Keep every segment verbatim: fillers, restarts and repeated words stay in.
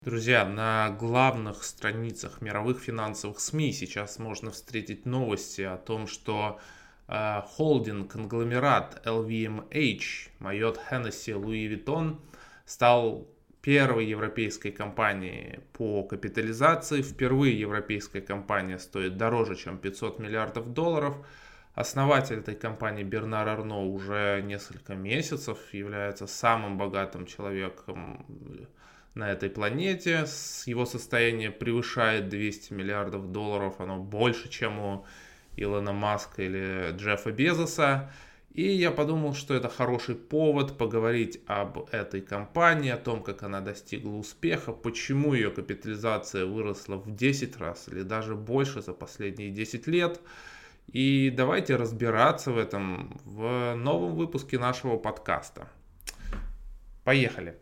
Друзья, на главных страницах мировых финансовых СМИ сейчас можно встретить новости о том, что э, холдинг, конгломерат эл ви эм эйч, Marriott Hennessy Louis Vuitton, стал первой европейской компанией по капитализации. Впервые европейская компания стоит дороже, чем пятьсот миллиардов долларов. Основатель этой компании Бернар Арно уже несколько месяцев является самым богатым человеком на этой планете. Его состояние превышает двести миллиардов долларов. Оно больше, чем у Илона Маска или Джеффа Безоса. И я подумал, что это хороший повод поговорить об этой компании, о том, как она достигла успеха, почему ее капитализация выросла в десять раз или даже больше за последние десять лет. И давайте разбираться в этом в новом выпуске нашего подкаста. Поехали!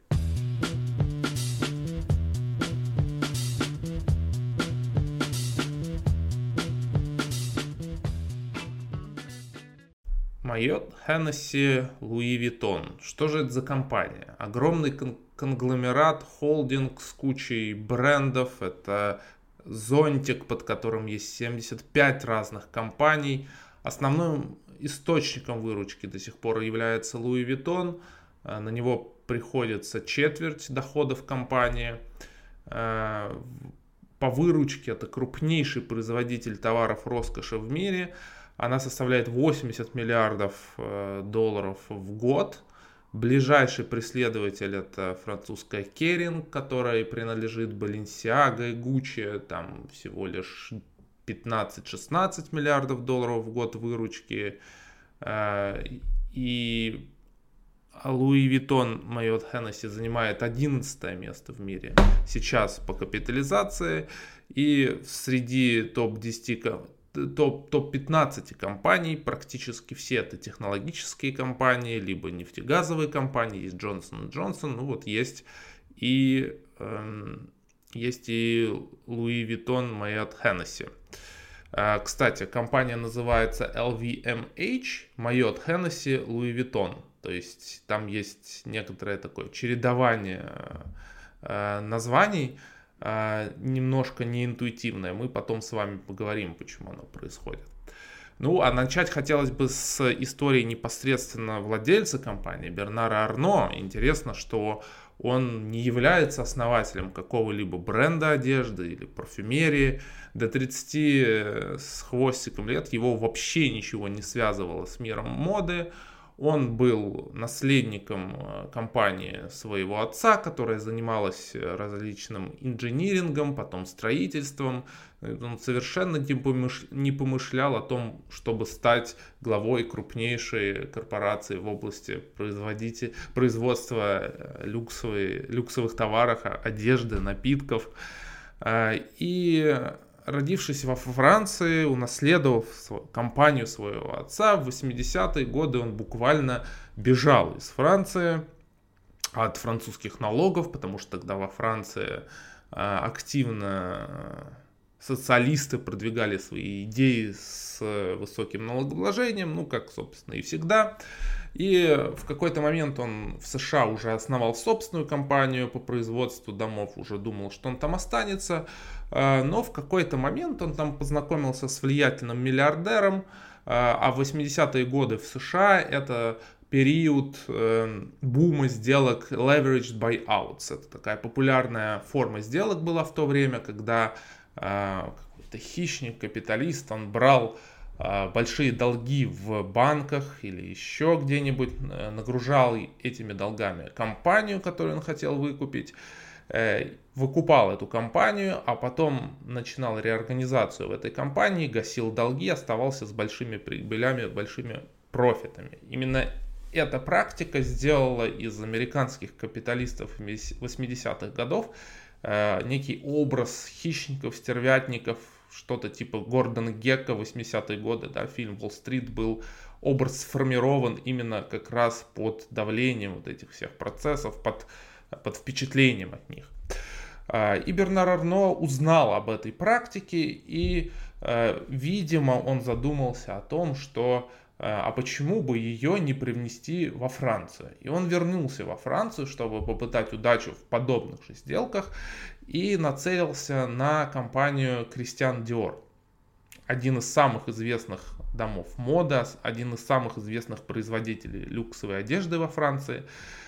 Marriott Hennessy Louis Vuitton. Что же это за компания? Огромный кон- конгломерат, холдинг с кучей брендов. Это зонтик, под которым есть семьдесят пять разных компаний. Основным источником выручки до сих пор является Louis Vuitton. На него приходится четверть доходов компании. По выручке это крупнейший производитель товаров роскоши в мире. Она составляет восемьдесят миллиардов долларов в год. Ближайший преследователь это французская Kering, которая принадлежит Balenciaga и Gucci. Там всего лишь пятнадцать-шестнадцать миллиардов долларов в год выручки. И Louis Vuitton Marriott Hennessy занимает одиннадцатое место в мире сейчас по капитализации. И среди топ десяти топ, топ-пятнадцать компаний, практически все это технологические компании, либо нефтегазовые компании, есть Johnson энд Johnson, ну вот есть и, эм, есть и Louis Vuitton Marriott Hennessy. Э, кстати, компания называется эл ви эм эйч, Marriott Hennessy Louis Vuitton, то есть там есть некоторое такое чередование э, названий, немножко неинтуитивное. Мы потом с вами поговорим, почему оно происходит. Ну, а начать хотелось бы с истории непосредственно владельца компании, Бернара Арно. Интересно, что он не является основателем какого-либо бренда одежды или парфюмерии. До тридцати с хвостиком лет его вообще ничего не связывало с миром моды. Он был наследником компании своего отца, которая занималась различным инжинирингом, потом строительством. Он совершенно не помышлял о том, чтобы стать главой крупнейшей корпорации в области производства люксовой, люксовых товаров, одежды, напитков. И родившись во Франции, унаследовав компанию своего отца, в восьмидесятые годы он буквально бежал из Франции от французских налогов, потому что тогда во Франции активно социалисты продвигали свои идеи с высоким налогообложением, ну, как, собственно, и всегда. И в какой-то момент он в США уже основал собственную компанию по производству домов, уже думал, что он там останется. Но в какой-то момент он там познакомился с влиятельным миллиардером, а в восьмидесятые годы в США это период бума сделок leveraged buyouts. Это такая популярная форма сделок была в то время, когда какой-то хищник, капиталист, он брал большие долги в банках или еще где-нибудь, нагружал этими долгами компанию, которую он хотел выкупить, выкупал эту компанию, а потом начинал реорганизацию в этой компании, гасил долги, оставался с большими прибылями, большими профитами. Именно эта практика сделала из американских капиталистов восьмидесятых годов некий образ хищников, стервятников, что-то типа Гордона Гекка, восьмидесятые годы, да, фильм «Уолл-стрит» был, образ сформирован именно как раз под давлением вот этих всех процессов, под, под впечатлением от них. И Бернар Арно узнал об этой практике, и, видимо, он задумался о том, что а почему бы ее не привнести во Францию? И он вернулся во Францию, чтобы попытать удачу в подобных же сделках, и нацелился на компанию Christian Dior. Один из самых известных домов моды, один из самых известных производителей люксовой одежды во Франции.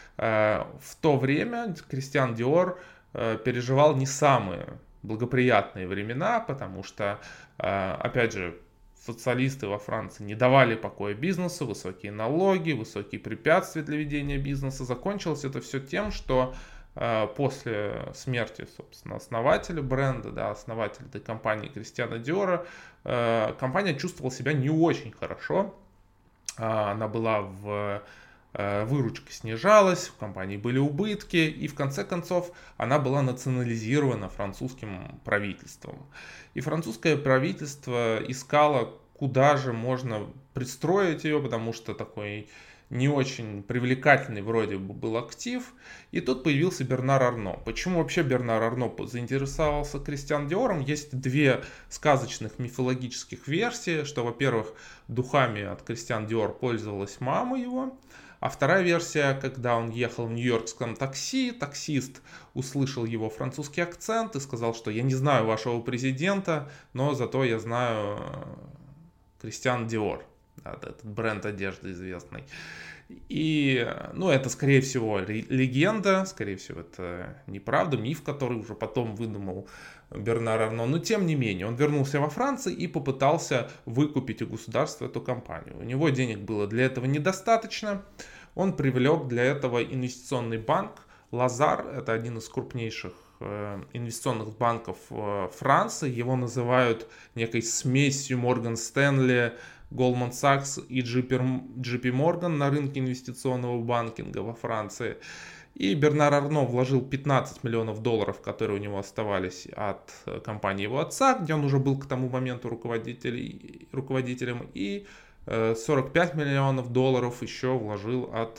В то время Christian Dior переживал не самые благоприятные времена, потому что, опять же, социалисты во Франции не давали покоя бизнесу, высокие налоги, высокие препятствия для ведения бизнеса. Закончилось это все тем, что э, после смерти, собственно, основателя бренда, да, основателя этой компании Кристиана Диора, э, компания чувствовала себя не очень хорошо. Э, она была в... Э, выручка снижалась, в компании были убытки, и в конце концов она была национализирована французским правительством. И французское правительство искало, куда же можно пристроить ее, потому что такой не очень привлекательный вроде бы был актив. И тут появился Бернар Арно. Почему вообще Бернар Арно заинтересовался Кристиан Диором? Есть две сказочных мифологических версии, что, во-первых, духами от Кристиан Диор пользовалась мама его. А вторая версия, когда он ехал в нью-йоркском такси, таксист услышал его французский акцент и сказал, что я не знаю вашего президента, но зато я знаю Кристиан Диор, этот бренд одежды известный. И, ну, это, скорее всего, легенда, скорее всего, это неправда, миф, который уже потом выдумал Бернар Арно. Но, тем не менее, он вернулся во Францию и попытался выкупить у государства эту компанию. У него денег было для этого недостаточно. Он привлек для этого инвестиционный банк Лазар. Это один из крупнейших инвестиционных банков Франции. Его называют некой смесью Морган Стэнли, Goldman Sachs и джей пи Morgan на рынке инвестиционного банкинга во Франции. И Бернар Арно вложил пятнадцать миллионов долларов, которые у него оставались от компании его отца, где он уже был к тому моменту руководителем, и сорок пять миллионов долларов еще вложил от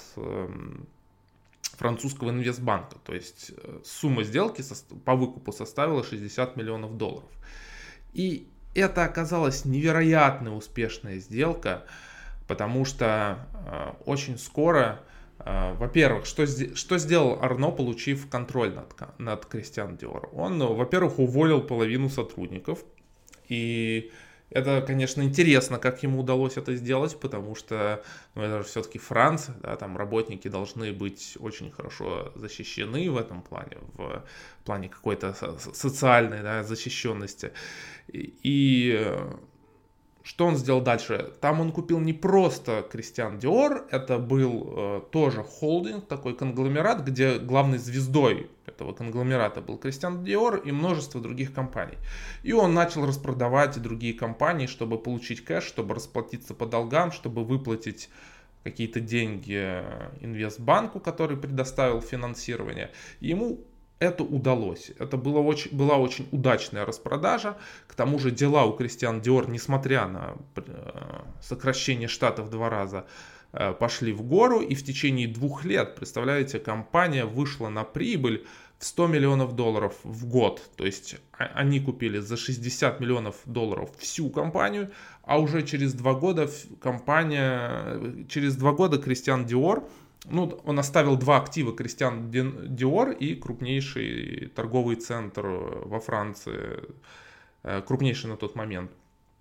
французского инвестбанка. То есть сумма сделки по выкупу составила шестьдесят миллионов долларов. И это оказалась невероятно успешная сделка, потому что э, очень скоро, э, во-первых, что, что сделал Арно, получив контроль над, над Кристиан Диор? Он, ну, во-первых, уволил половину сотрудников, и это, конечно, интересно, как ему удалось это сделать, потому что, ну, это же все-таки Франция, да, там работники должны быть очень хорошо защищены в этом плане, в плане какой-то социальной, да, защищенности. И, и что он сделал дальше? Там он купил не просто Кристиан Диор, это был э, тоже холдинг, такой конгломерат, где главной звездой этого конгломерата был Кристиан Диор и множество других компаний. И он начал распродавать другие компании, чтобы получить кэш, чтобы расплатиться по долгам, чтобы выплатить какие-то деньги инвестбанку, который предоставил финансирование. Ему это удалось. Это было очень, была очень удачная распродажа. К тому же дела у Кристиан Диор, несмотря на сокращение штата в два раза, пошли в гору. И в течение двух лет, представляете, компания вышла на прибыль в сто миллионов долларов в год. То есть они купили за шестьдесят миллионов долларов всю компанию, а уже через два года компания, через два года Кристиан Диор, ну, он оставил два актива, Кристиан Диор и крупнейший торговый центр во Франции, крупнейший на тот момент,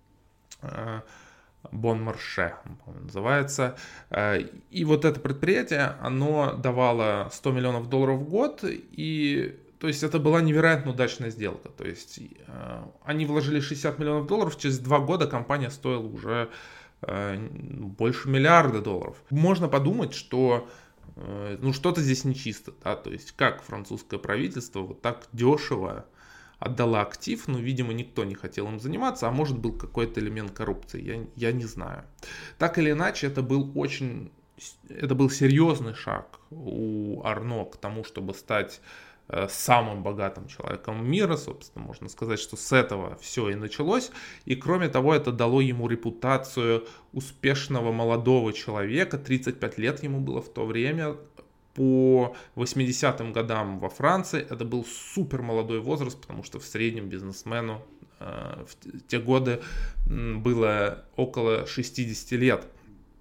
Бон Марше называется. И вот это предприятие, оно давало сто миллионов долларов в год, и то есть это была невероятно удачная сделка. То есть они вложили шестьдесят миллионов долларов, через два года компания стоила уже больше миллиарда долларов. Можно подумать, что ну, что-то здесь нечисто, да, то есть как французское правительство вот так дешево отдало актив, но, видимо, никто не хотел им заниматься, а может был какой-то элемент коррупции, я, я не знаю. Так или иначе, это был очень, это был серьезный шаг у Арно к тому, чтобы стать самым богатым человеком мира, собственно, можно сказать, что с этого все и началось, и кроме того, это дало ему репутацию успешного молодого человека, тридцать пять лет ему было в то время, по восьмидесятым годам во Франции, это был супер молодой возраст, потому что в среднем бизнесмену э, в те годы было около шестидесяти лет.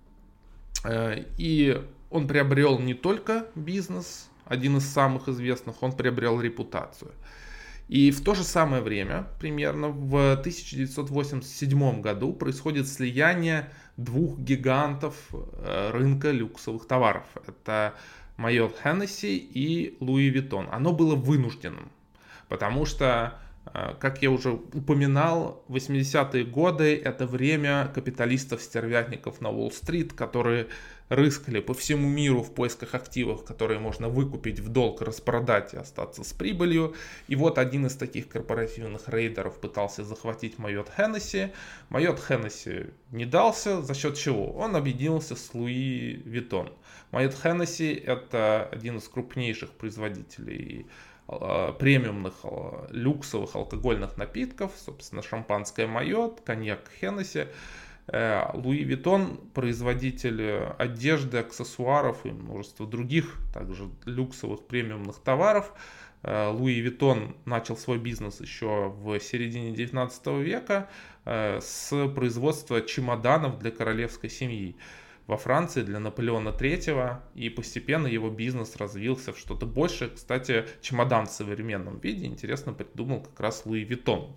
И он приобрел не только бизнес, один из самых известных, он приобрел репутацию. И в то же самое время, примерно в тысяча девятьсот восемьдесят седьмом году, происходит слияние двух гигантов рынка люксовых товаров. Это Моët Hennessy и Louis Vuitton. Оно было вынужденным, потому что, как я уже упоминал, восьмидесятые годы — это время капиталистов-стервятников на Уолл-стрит, которые рыскали по всему миру в поисках активов, которые можно выкупить в долг, распродать и остаться с прибылью. И вот один из таких корпоративных рейдеров пытался захватить Моët Hennessy. Моët Hennessy не дался, за счет чего? Он объединился с Louis Vuitton. Моët Hennessy — это один из крупнейших производителей премиумных люксовых алкогольных напитков, собственно, шампанское Моët, коньяк Hennessy. Louis Vuitton — производитель одежды, аксессуаров и множество других также люксовых премиумных товаров. Louis Vuitton начал свой бизнес еще в середине девятнадцатого века с производства чемоданов для королевской семьи во Франции для Наполеона третьего, и постепенно его бизнес развился в что-то большее. Кстати, чемодан в современном виде интересно придумал как раз Louis Vuitton.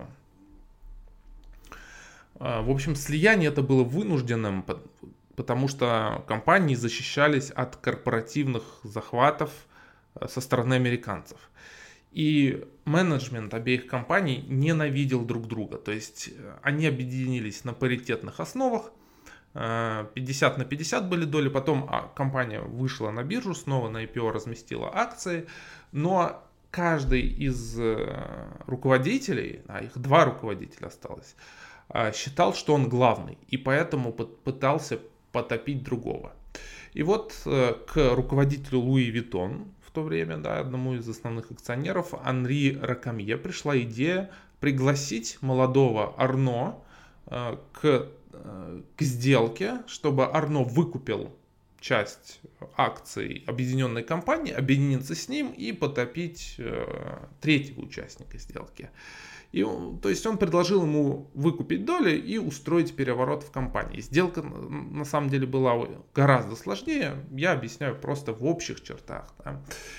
В общем, слияние это было вынужденным, потому что компании защищались от корпоративных захватов со стороны американцев. И менеджмент обеих компаний ненавидел друг друга. То есть они объединились на паритетных основах. пятьдесят на пятьдесят были доли. Потом компания вышла на биржу, снова на ай пи о разместила акции. Но каждый из руководителей, а их два руководителя осталось, считал, что он главный, и поэтому пытался потопить другого. И вот к руководителю Louis Vuitton в то время, да, одному из основных акционеров, Анри Ракамье, пришла идея пригласить молодого Арно к, к сделке, чтобы Арно выкупил часть акций объединенной компании, объединиться с ним и потопить третьего участника сделки. И, то есть он предложил ему выкупить доли и устроить переворот в компании. Сделка на самом деле была гораздо сложнее, я объясняю просто в общих чертах. Да.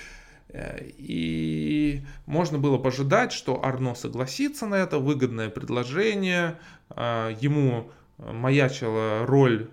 И можно было ожидать, что Арно согласится на это выгодное предложение, ему маячила роль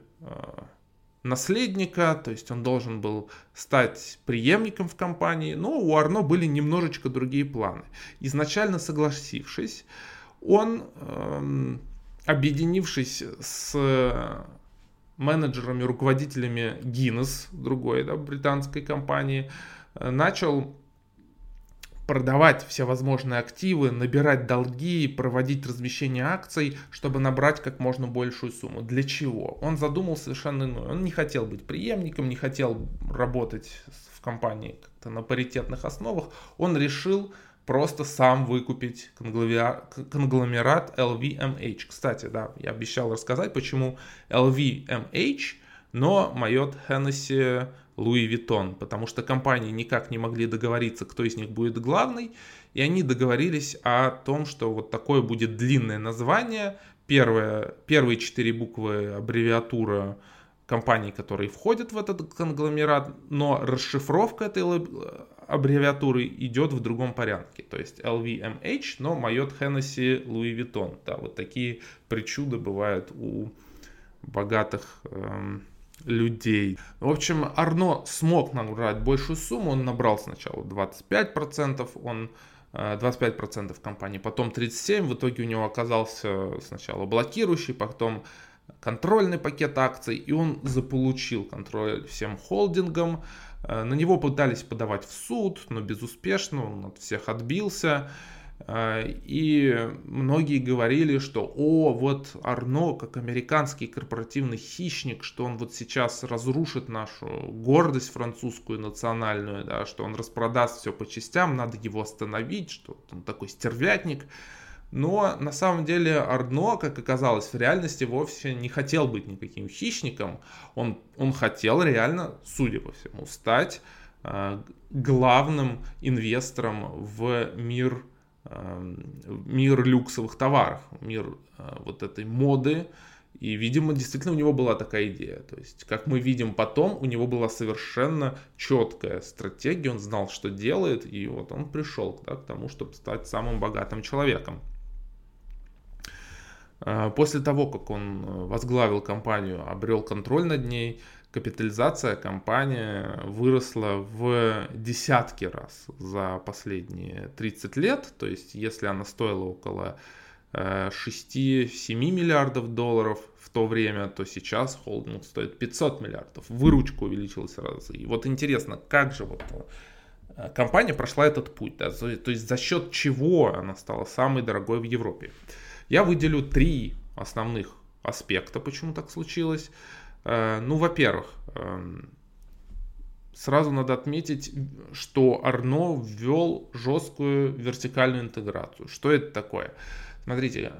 наследника, то есть он должен был стать преемником в компании, но у Арно были немножечко другие планы. Изначально согласившись, он, эм, объединившись с менеджерами, руководителями Guinness, другой, да, британской компании, начал продавать все возможные активы, набирать долги, проводить размещение акций, чтобы набрать как можно большую сумму. Для чего? Он задумал совершенно иное. Он не хотел быть преемником, не хотел работать в компании как-то на паритетных основах. Он решил просто сам выкупить конгломерат эл ви эм эйч. Кстати, да, я обещал рассказать, почему эл ви эм эйч, но Моët Hennessy, Louis Vuitton, потому что компании никак не могли договориться, кто из них будет главный, и они договорились о том, что вот такое будет длинное название, первое, первые четыре буквы аббревиатура компаний, которые входят в этот конгломерат, но расшифровка этой аббревиатуры идет в другом порядке, то есть эл ви эм эйч, но Моët Hennessy, Louis Vuitton. Да, вот такие причуды бывают у богатых эм, людей. В общем, Арно смог набрать большую сумму. Он набрал сначала двадцать пять процентов, он двадцать пять процентов компании, потом тридцать семь процентов. В итоге у него оказался сначала блокирующий, потом контрольный пакет акций, и он заполучил контроль всем холдингом. На него пытались подавать в суд, но безуспешно, он от всех отбился. И многие говорили, что о, вот Арно, как американский корпоративный хищник, что он вот сейчас разрушит нашу гордость французскую национальную, да, что он распродаст все по частям, надо его остановить, что он такой стервятник. Но на самом деле Арно, как оказалось, в реальности вовсе не хотел быть никаким хищником. Он, он хотел реально, судя по всему, стать э, главным инвестором в мир мир люксовых товаров, мир вот этой моды И, видимо, действительно у него была такая идея. То есть, как мы видим потом, у него была совершенно четкая стратегия, он знал, что делает, и вот он пришел, да, к тому, чтобы стать самым богатым человеком. После того, как он возглавил компанию, обрел контроль над ней, капитализация компании выросла в десятки раз за последние тридцать лет. То есть, если она стоила около шесть-семь миллиардов долларов в то время, то сейчас холдинг стоит пятьсот миллиардов. Выручка увеличилась в разы. И вот интересно, как же вот компания прошла этот путь, да? То есть за счет чего она стала самой дорогой в Европе. Я выделю три основных аспекта, почему так случилось. Ну, во-первых, сразу надо отметить, что Арно ввел жесткую вертикальную интеграцию. Что это такое? Смотрите,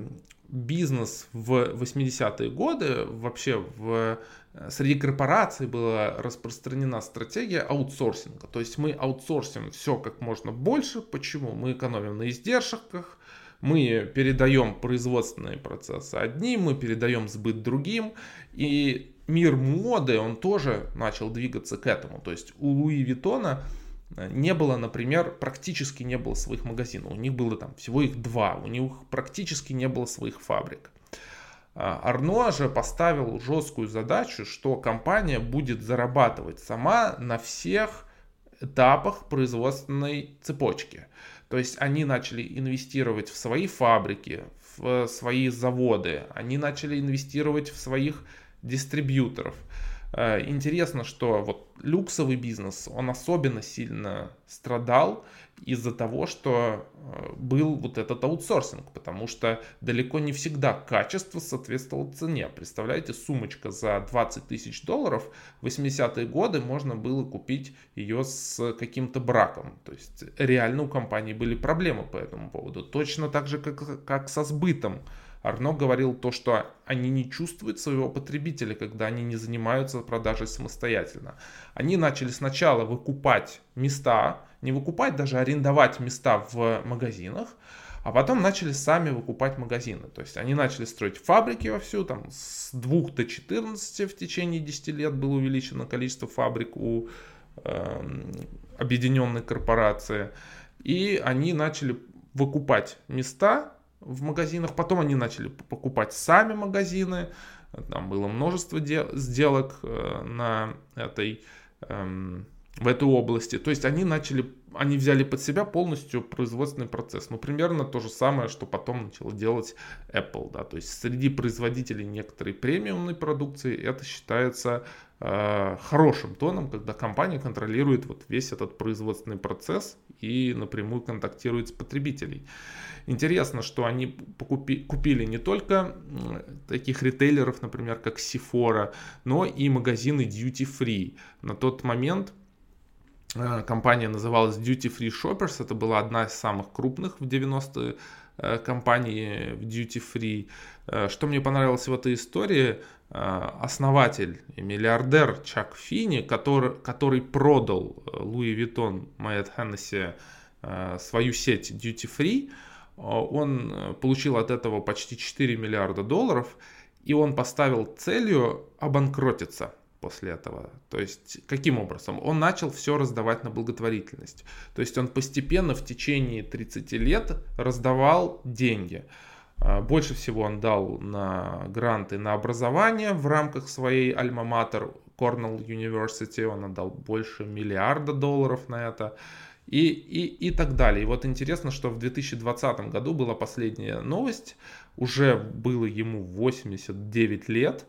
бизнес в восьмидесятые годы, вообще в, среди корпораций была распространена стратегия аутсорсинга. То есть мы аутсорсим все как можно больше. Почему? Мы экономим на издержках, мы передаем производственные процессы одним, мы передаем сбыт другим. И мир моды, он тоже начал двигаться к этому. То есть у Луи Виттона не было, например, практически не было своих магазинов. У них было там всего их два. У них практически не было своих фабрик. Арно же поставил жесткую задачу, что компания будет зарабатывать сама на всех этапах производственной цепочки. То есть они начали инвестировать в свои фабрики, в свои заводы. Они начали инвестировать в своих дистрибьюторов. Интересно, что вот люксовый бизнес, он особенно сильно страдал из-за того, что был вот этот аутсорсинг, потому что далеко не всегда качество соответствовало цене. Представляете, сумочка за двадцать тысяч долларов в восьмидесятые годы можно было купить ее с каким-то браком. То есть реально у компании были проблемы по этому поводу. Точно так же, как, как со сбытом. Арно говорил то, что они не чувствуют своего потребителя, когда они не занимаются продажей самостоятельно. Они начали сначала выкупать места, не выкупать, даже арендовать места в магазинах, а потом начали сами выкупать магазины. То есть они начали строить фабрики вовсю, там с двух до четырнадцати в течение десяти лет было увеличено количество фабрик у э, объединенной корпорации. И они начали выкупать места в магазинах, потом они начали покупать сами магазины, там было множество дел, сделок э, на этой, э, в этой области, то есть они начали, они взяли под себя полностью производственный процесс, ну примерно то же самое, что потом начала делать Apple, да, то есть среди производителей некоторой премиумной продукции это считается э, хорошим тоном, когда компания контролирует вот весь этот производственный процесс и напрямую контактирует с потребителей. Интересно, что они покупи, купили не только таких ритейлеров, например, как Sephora, но и магазины Duty Free. На тот момент компания называлась Duty Free Shoppers. Это была одна из самых крупных в девяностые компаний в Duty Free. Что мне понравилось в этой истории, основатель и миллиардер Чак Финни, который, который продал Louis Vuitton, Moet Hennessy свою сеть Duty Free, он получил от этого почти четыре миллиарда долларов, и он поставил целью обанкротиться после этого. То есть, каким образом? Он начал все раздавать на благотворительность. То есть, он постепенно в течение тридцати лет раздавал деньги. Больше всего он дал на гранты на образование в рамках своей альма-матер Cornell University. Он отдал больше миллиарда долларов на это. И, и, и так далее. И вот интересно, что в две тысячи двадцатом году была последняя новость, уже было ему восемьдесят девять лет,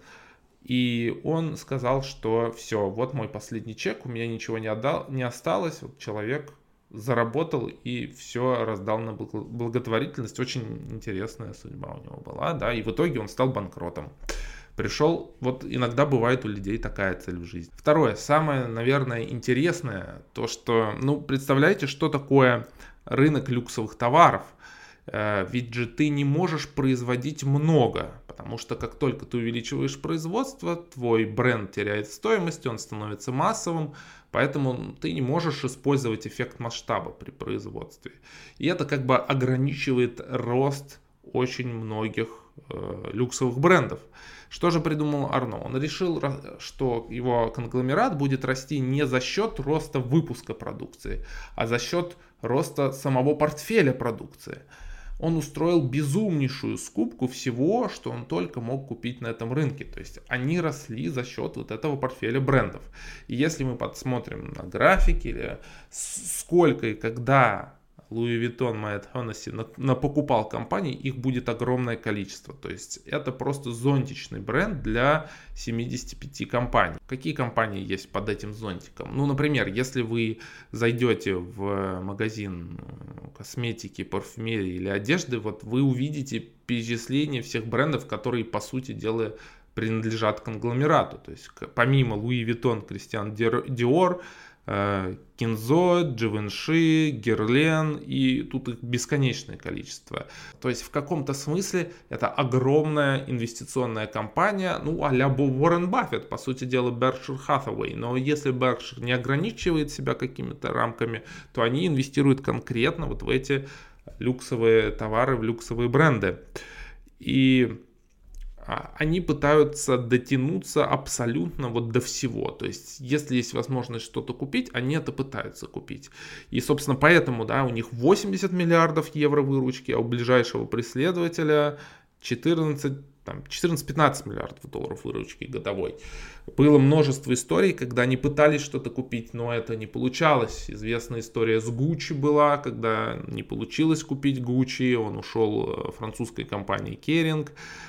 и он сказал, что все, вот мой последний чек, у меня ничего не, отдал, не осталось, вот человек заработал и все раздал на благотворительность. Очень интересная судьба у него была, да, и в итоге он стал банкротом. Пришел, вот иногда бывает у людей такая цель в жизни. Второе, самое, наверное, интересное, то что, ну, представляете, что такое рынок люксовых товаров? Ведь же ты не можешь производить много, потому что как только ты увеличиваешь производство, твой бренд теряет стоимость, он становится массовым, поэтому ты не можешь использовать эффект масштаба при производстве. И это как бы ограничивает рост очень многих э, люксовых брендов. Что же придумал Арно? Он решил, что его конгломерат будет расти не за счет роста выпуска продукции, а за счет роста самого портфеля продукции. Он устроил безумнейшую скупку всего, что он только мог купить на этом рынке. То есть они росли за счет вот этого портфеля брендов. И если мы посмотрим на графики, или сколько и когда Louis Vuitton, Moet Hennessy напокупал компаний, их будет огромное количество. То есть это просто зонтичный бренд для семидесяти пяти компаний. Какие компании есть под этим зонтиком? Ну, например, если вы зайдете в магазин косметики, парфюмерии или одежды, вот вы увидите перечисление всех брендов, которые, по сути дела, принадлежат конгломерату. То есть помимо Louis Vuitton, Christian Dior, Кинзо, Givenchy, Guerlain, и тут их бесконечное количество. То есть в каком-то смысле это огромная инвестиционная компания, ну а-ля Уоррен Баффет, по сути дела Berkshire Hathaway. Но если Berkshire не ограничивает себя какими-то рамками, то они инвестируют конкретно вот в эти люксовые товары, в люксовые бренды. И они пытаются дотянуться абсолютно вот до всего. То есть, если есть возможность что-то купить, они это пытаются купить. И, собственно, поэтому, да, у них восемьдесят миллиардов евро выручки, а у ближайшего преследователя четырнадцать, там, четырнадцать-пятнадцать миллиардов долларов выручки годовой. Было множество историй, когда они пытались что-то купить, но это не получалось. Известная история с Gucci была, когда не получилось купить Gucci, он ушел французской компании Kering.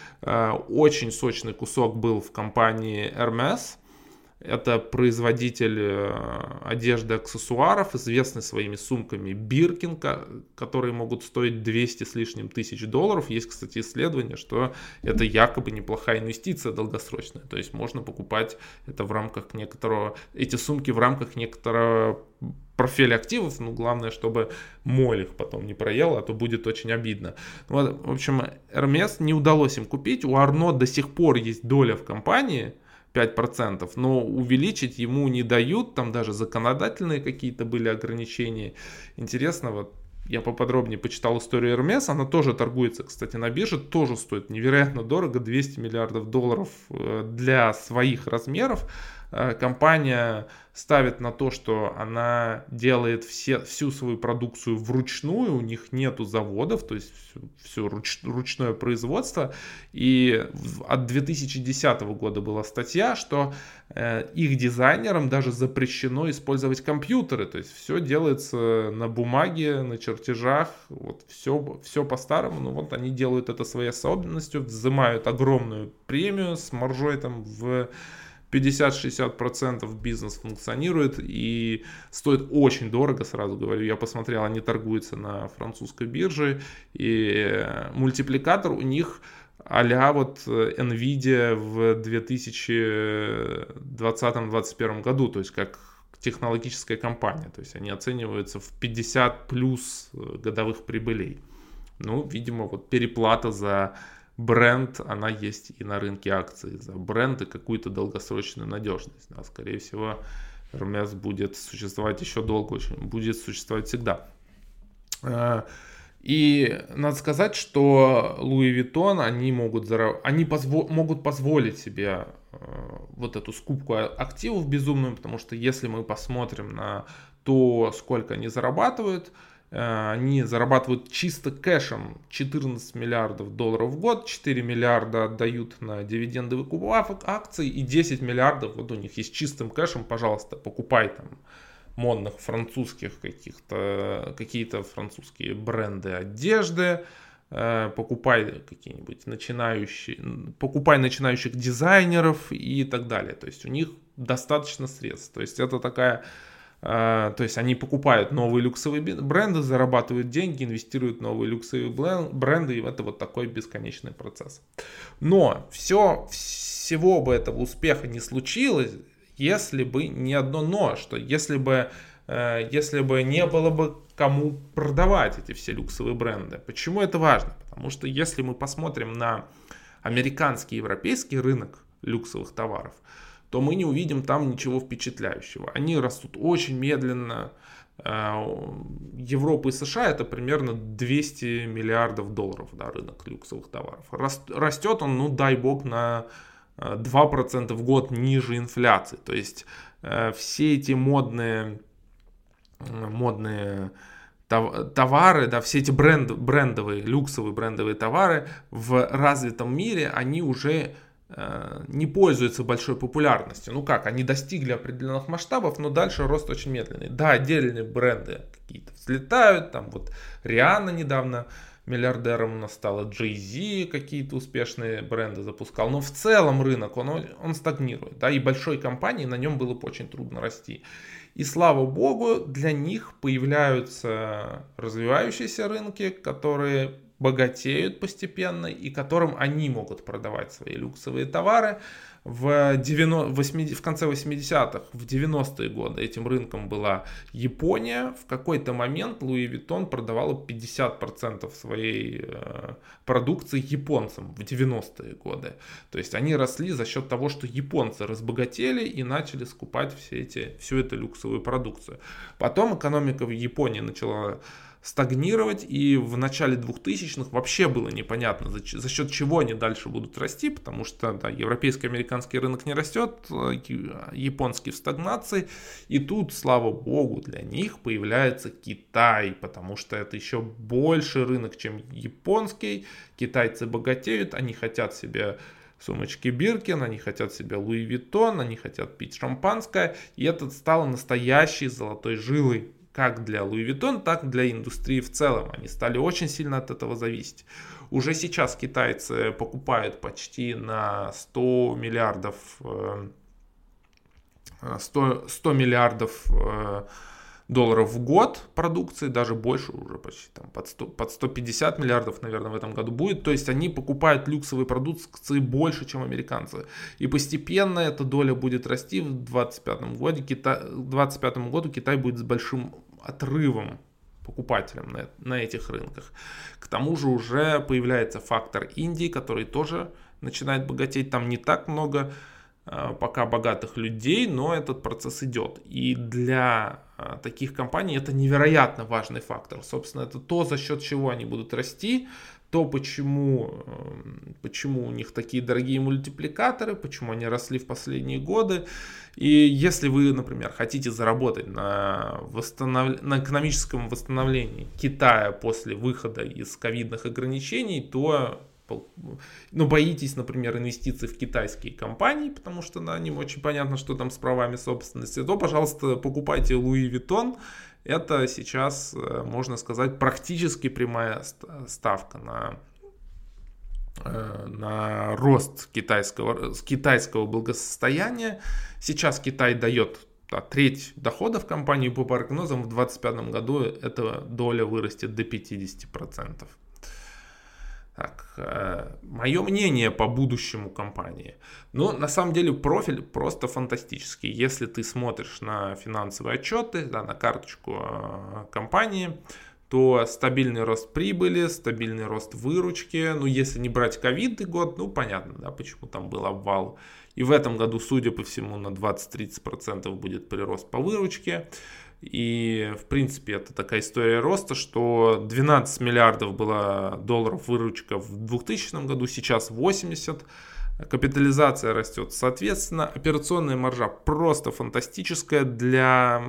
Очень сочный кусок был в компании Hermes. Это производитель одежды, аксессуаров, известный своими сумками Birkin, которые могут стоить двести с лишним тысяч долларов. Есть, кстати, исследование, что это якобы неплохая инвестиция долгосрочная. То есть можно покупать это в рамках некоторого, эти сумки в рамках некоторого портфеля активов. Но главное, чтобы моль их потом не проел, а то будет очень обидно. Вот, в общем, Hermes не удалось им купить. У Арно до сих пор есть доля в компании, пять процентов, но увеличить ему не дают, там даже законодательные какие-то были ограничения. Интересно, вот я поподробнее почитал историю Hermes, она тоже торгуется, кстати, на бирже, тоже стоит невероятно дорого, двести миллиардов долларов для своих размеров. Компания ставит на то, что она делает все, всю свою продукцию вручную, у них нету заводов, то есть все, все руч, ручное производство. И от две тысячи десятого года была статья, что э, их дизайнерам даже запрещено использовать компьютеры, то есть все делается на бумаге, на чертежах, вот все, все по-старому. Ну вот они делают это своей особенностью, взимают огромную премию с маржой там в пятьдесят-шестьдесят процентов бизнес функционирует и стоит очень дорого, сразу говорю. Я посмотрел, они торгуются на французской бирже, и мультипликатор у них а-ля вот Nvidia в две тысячи двадцатом — двадцать первом году, то есть как технологическая компания. То есть они оцениваются в пятьдесят плюс годовых прибылей. Ну, видимо, вот переплата за бренд, она есть и на рынке акций. За бренд и какую-то долгосрочную надежность. Да, скорее всего, Hermes будет существовать еще долго, очень, будет существовать всегда. И надо сказать, что Louis Vuitton, они могут, зараб... они позво... могут позволить себе вот эту скупку активов безумную, потому что если мы посмотрим на то, сколько они зарабатывают, они зарабатывают чисто кэшем четырнадцать миллиардов долларов в год, четыре миллиарда отдают на дивиденды выкупов акций и десять миллиардов вот у них есть чистым кэшем, пожалуйста, покупай там модных французских каких-то, какие-то французские бренды одежды, покупай какие-нибудь начинающие, покупай начинающих дизайнеров и так далее. То есть у них достаточно средств. То есть это такая... То есть они покупают новые люксовые бренды, зарабатывают деньги, инвестируют в новые люксовые бренды, и это вот такой бесконечный процесс. Но все, всего бы этого успеха не случилось, если бы не одно но, что если бы, если бы не было бы кому продавать эти все люксовые бренды. Почему это важно? Потому что если мы посмотрим на американский и европейский рынок люксовых товаров, то мы не увидим там ничего впечатляющего. Они растут очень медленно, Европы и США это примерно двести миллиардов долларов, да, рынок люксовых товаров. Растет он, ну дай бог, на два процента в год ниже инфляции. То есть все эти модные, модные товары, да, все эти бренд, брендовые, люксовые брендовые товары в развитом мире, они уже не пользуются большой популярностью. Ну как, они достигли определенных масштабов, но дальше рост очень медленный. Да, отдельные бренды какие-то взлетают, там вот Риhanna недавно миллиардером у нас стала, Джей Зи какие-то успешные бренды запускал, но в целом рынок, он, он стагнирует, да, и большой компании на нем было бы очень трудно расти. И слава богу, для них появляются развивающиеся рынки, которые богатеют постепенно и которым они могут продавать свои люксовые товары. В, девяностых, восьмидесятых, в конце восьмидесятых, в девяностые годы этим рынком была Япония. В какой-то момент Луи Виттон продавала пятьдесят процентов своей э, продукции японцам в девяностые годы. То есть они росли за счет того, что японцы разбогатели и начали скупать все эти, всю эту люксовую продукцию. Потом экономика в Японии начала стагнировать, и в начале двухтысячных вообще было непонятно, за, за счет чего они дальше будут расти, потому что да, европейский, американский рынок не растет, японский в стагнации, и тут, слава богу, для них появляется Китай, потому что это еще больше рынок, чем японский, китайцы богатеют, они хотят себе сумочки Биркин, они хотят себе Луи Виттон, они хотят пить шампанское, и это стало настоящей золотой жилой, как для Луи Виттон, так и для индустрии в целом. Они стали очень сильно от этого зависеть. Уже сейчас китайцы покупают почти на сто миллиардов, сто, сто миллиардов долларов в год продукции, даже больше, уже почти там, под, сто, под сто пятьдесят миллиардов, наверное, в этом году будет. То есть они покупают люксовые продукции больше, чем американцы. И постепенно эта доля будет расти. В двадцать пятом году Китай, двадцать пятом году Китай будет с большим отрывом покупателям на, на этих рынках. К тому же уже появляется фактор Индии, который тоже начинает богатеть. Там не так много пока богатых людей, но этот процесс идет. И для таких компаний это невероятно важный фактор. Собственно, это то, за счет чего они будут расти, то, почему, почему у них такие дорогие мультипликаторы, почему они росли в последние годы. И если вы, например, хотите заработать на, восстанов... на экономическом восстановлении Китая после выхода из ковидных ограничений, то ну, боитесь, например, инвестиций в китайские компании, потому что на ним очень понятно, что там с правами собственности, то, пожалуйста, покупайте Луи Виттон. Это сейчас, можно сказать, практически прямая ставка на, на рост китайского, китайского благосостояния. Сейчас Китай дает да, треть доходов компании, по прогнозам в две тысячи двадцать пятом году эта доля вырастет до пятьдесят процентов. Так, мое мнение по будущему компании. Ну, на самом деле, профиль просто фантастический. Если ты смотришь на финансовые отчеты, да, на карточку компании, то стабильный рост прибыли, стабильный рост выручки. Ну, если не брать ковидный год, ну, понятно, да, почему там был обвал. И в этом году, судя по всему, на двадцать-тридцать процентов будет прирост по выручке. И, в принципе, это такая история роста, что двенадцать миллиардов было долларов выручка в двухтысячном году, сейчас восемьдесят. Капитализация растет. Соответственно, операционная маржа просто фантастическая для,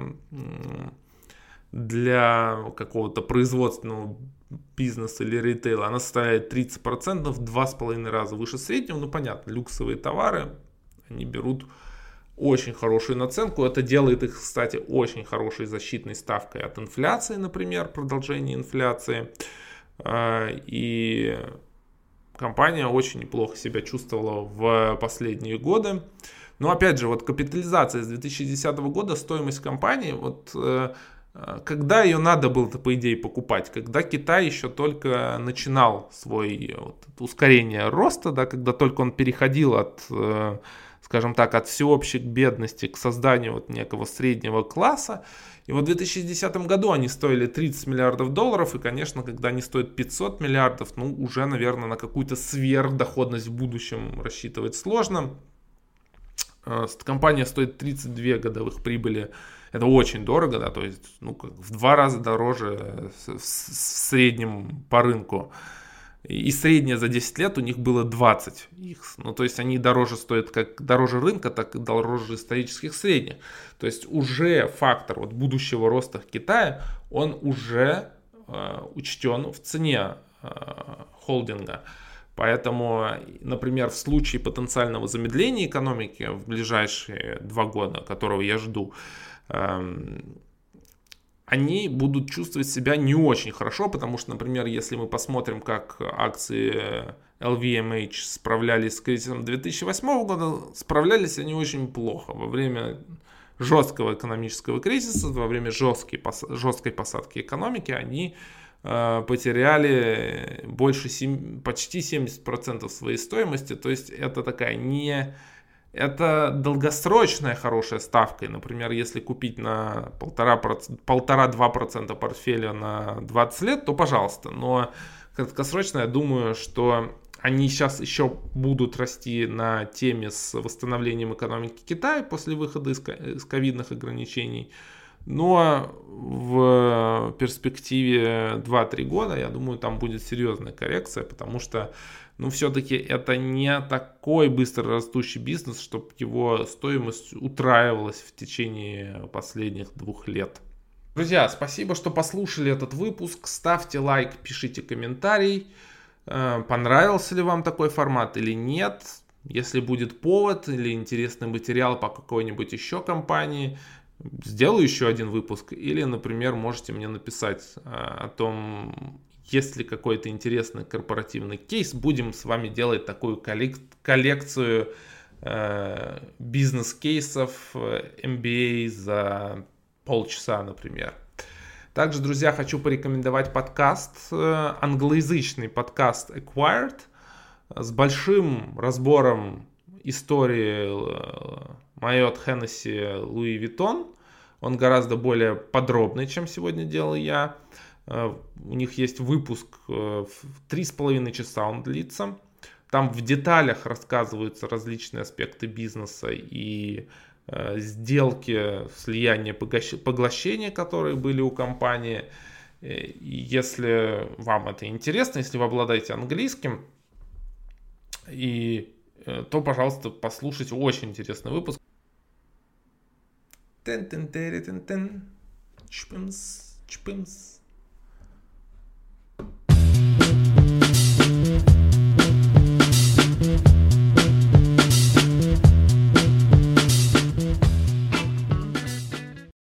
для какого-то производственного бизнеса или ритейла. Она составляет тридцать процентов, в два с половиной раза выше среднего. Ну, понятно, люксовые товары, они берут очень хорошую наценку. Это делает их, кстати, очень хорошей защитной ставкой от инфляции, например, продолжения инфляции. И компания очень неплохо себя чувствовала в последние годы. Но опять же, вот капитализация с две тысячи десятого года, стоимость компании, вот когда ее надо было-то, по идее, покупать? Когда Китай еще только начинал свой вот, ускорение роста, да, когда только он переходил от, скажем так, от всеобщей бедности к созданию вот некого среднего класса. И вот в две тысячи десятом году они стоили тридцать миллиардов долларов, и, конечно, когда они стоят пятьсот миллиардов, ну, уже, наверное, на какую-то сверхдоходность в будущем рассчитывать сложно. Компания стоит тридцать две годовых прибыли. Это очень дорого, да, то есть ну, как в два раза дороже в среднем по рынку. И среднее за десять лет у них было двадцать икс. Ну, то есть они дороже стоят как дороже рынка, так и дороже исторических средних. То есть уже фактор вот будущего роста Китая, он уже э, учтен в цене э, холдинга. Поэтому, например, в случае потенциального замедления экономики в ближайшие два года, которого я жду, эм, они будут чувствовать себя не очень хорошо, потому что, например, если мы посмотрим, как акции эл ви эм эйч справлялись с кризисом две тысячи восьмого года, справлялись они очень плохо. Во время жесткого экономического кризиса, во время жесткой, жесткой посадки экономики, они э, потеряли больше, почти семьдесят процентов своей стоимости. То есть это такая не... Это долгосрочная хорошая ставка. Например, если купить на полтора-два процента портфеля на двадцать лет, то пожалуйста. Но краткосрочно, я думаю, что они сейчас еще будут расти на теме с восстановлением экономики Китая после выхода из ковидных ограничений. Но в перспективе два-три года, я думаю, там будет серьезная коррекция, потому что ну, все-таки это не такой быстро растущий бизнес, чтобы его стоимость утраивалась в течение последних двух лет. Друзья, спасибо, что послушали этот выпуск. Ставьте лайк, пишите комментарий. Понравился ли вам такой формат или нет. Если будет повод или интересный материал по какой-нибудь еще компании, сделаю еще один выпуск. Или, например, можете мне написать о том, есть ли какой-то интересный корпоративный кейс. Будем с вами делать такую коллекцию э, бизнес-кейсов эм би эй за полчаса, например. Также, друзья, хочу порекомендовать подкаст, э, англоязычный подкаст Acquired с большим разбором истории Marriott, Hennessy, Louis Vuitton. Он гораздо более подробный, чем сегодня делаю я. У них есть выпуск в три с половиной часа, он длится. Там в деталях рассказываются различные аспекты бизнеса и э, сделки, слияния, поглощения, которые были у компании. И если вам это интересно, если вы обладаете английским, и, то, пожалуйста, послушайте очень интересный выпуск. Чпымс, чпымс.